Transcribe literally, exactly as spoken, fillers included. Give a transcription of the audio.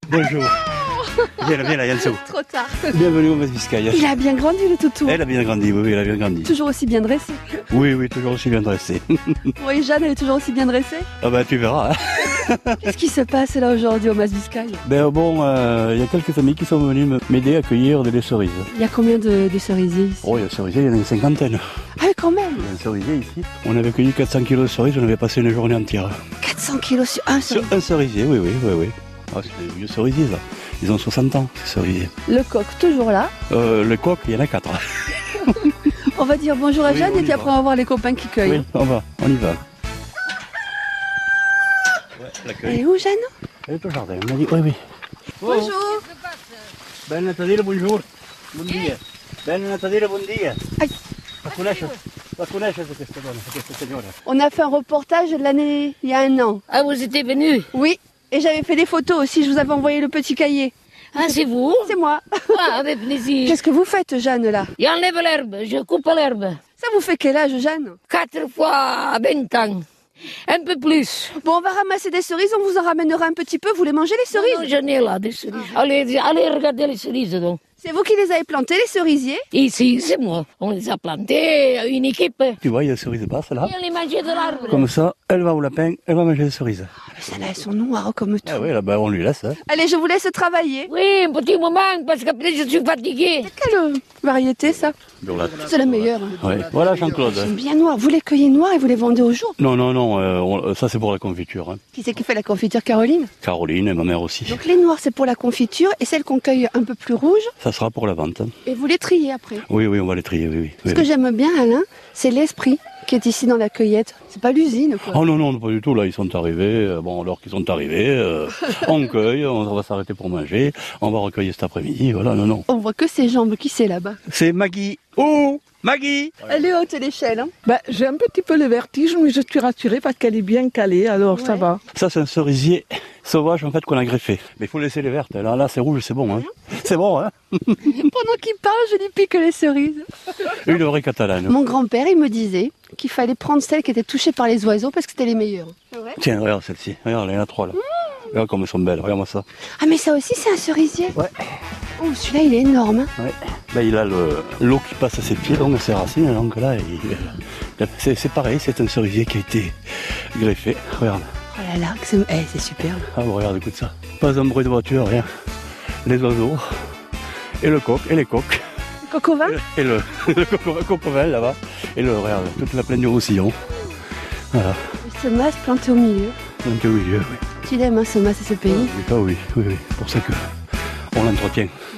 Bonjour. Viens là, viens là, Yanso. Trop tard. Bienvenue au Mas Biscaye. Il a bien grandi le toutou. Elle a bien grandi, oui, oui, elle a bien grandi. Toujours aussi bien dressé. Oui, oui, toujours aussi bien dressée. Oui, Jeanne, elle est toujours aussi bien dressée. Ah bah tu verras. Hein. Qu'est-ce qui se passe là aujourd'hui au Mas Biscaye? Ben bon, il euh, y a quelques amis qui sont venus m'aider à cueillir des cerises. Il y a combien de, de cerisiers ici? Oh, il y a des cerisiers, il y en a une cinquantaine. Ah oui, quand même. Il y a un cerisier ici. On avait cueilli quatre cents kilos de cerises, on avait passé une journée entière. quatre cents kilos sur un cerisier. Sur un cerisier, oui, oui, oui, oui. Ah, c'est des vieux cerisiers, ça. Ils ont soixante ans, ces cerisiers. Le coq, toujours là. Euh, le coq, il y en a quatre. On va dire bonjour à Oui, Jeanne on et y puis va. après on va voir les copains qui cueillent. Oui, on va, on y va. Ouais, la Elle est cueille. où, Jeanne? Elle est au jardin, elle m'a dit, oui, oui. Bonjour. Ben Nathalie, bonjour. Bon dia. Ben Nathalie, bon dia. Aïe. La conosce? La conosce questa donna, questa signora? On a fait un reportage de l'année il y a un an. Ah, vous étiez venu? Oui. Et j'avais fait des photos aussi, je vous avais envoyé le petit cahier. Ah, c'est vous? C'est moi. Ah, avec plaisir. Qu'est-ce que vous faites, Jeanne, là? J'enlève l'herbe, je coupe l'herbe. Ça vous fait quel âge, Jeanne? Quatre fois vingt ans. Un peu plus. Bon, on va ramasser des cerises, on vous en ramènera un petit peu. Vous les mangez, les Non, cerises? j'en ai là, des cerises. Allez, allez regarder les cerises, donc. C'est vous qui les avez plantées, les cerisiers? Ici, c'est moi. On les a plantés, une équipe. Et Tu vois, il y a des cerises basses là. on les mangeait de l'arbre. Comme ça, elle va au lapin, elle va manger des cerises. Ah, mais celles-là, elles sont noires comme tout. Ah oui, là, ben, on lui laisse. Hein. Allez, je vous laisse travailler. Oui, un petit moment, parce qu'après je suis fatiguée. Quelle euh, variété, ça? Violette. C'est la meilleure. hein. Ouais. Voilà Jean-Claude. Elles sont bien noires. Vous les cueillez noires et vous les vendez au jour. Non, non, non, euh, on- ça c'est pour la confiture. Hein. Qui c'est qui fait la confiture, Caroline? Caroline et ma mère aussi. Donc les noires, c'est pour la confiture et celles qu'on cueille un peu plus rouges, Ça sera pour la vente. Hein. et vous les triez après. Oui, oui, on va les trier, oui, oui. Ce oui. que j'aime bien, Alain, c'est l'esprit qui est ici dans la cueillette. C'est pas l'usine, quoi. Oh non, non, pas du tout, là, ils sont arrivés. euh, Bon, alors qu'ils sont arrivés, euh, on cueille, on va s'arrêter pour manger, on va recueillir cet après-midi, voilà, non, non. On voit que ses jambes. Qui c'est là-bas? C'est Maggie. Oh, Maggie. Elle est haute, l'échelle. Hein. Bah, j'ai un petit peu le vertige, mais je suis rassurée parce qu'elle est bien calée, alors ça Ouais. va. Ça, c'est un cerisier sauvage, en fait, qu'on a greffé. Mais il faut laisser les vertes. Là, là, c'est rouge, c'est bon, hein. C'est bon, hein. Pendant qu'il parle, je lui pique les cerises. Une vraie catalane. Mon grand-père, il me disait qu'il fallait prendre celles qui étaient touchées par les oiseaux parce que c'était les meilleures. C'est vrai? Tiens, regarde celle-ci. Regarde, il y en a trois, là. Regarde comme elles sont belles, regarde-moi ça. Ah, mais ça aussi, c'est un cerisier? Ouais. Oh, celui-là, il est énorme. Hein. Ouais. Ben, il a le- l'eau qui passe à ses pieds, donc à ses racines, donc là, il- c'est c'est pareil, c'est un cerisier qui a été greffé. Regarde. Oh là là, que c'est eh, c'est superbe. Ah, bon, regarde, écoute ça. Pas un bruit de voiture, rien. Les oiseaux, et le coq, et les coqs, Coco vin? et le, le coco- cocovel là-bas, et le, regarde, toute la plaine du Roussillon. Voilà, Ce mas planté au milieu. donc au milieu, oui. Tu l'aimes, hein, ce mas et ce pays? Ah oui, oui, oui, oui. Pour ça que on l'entretient.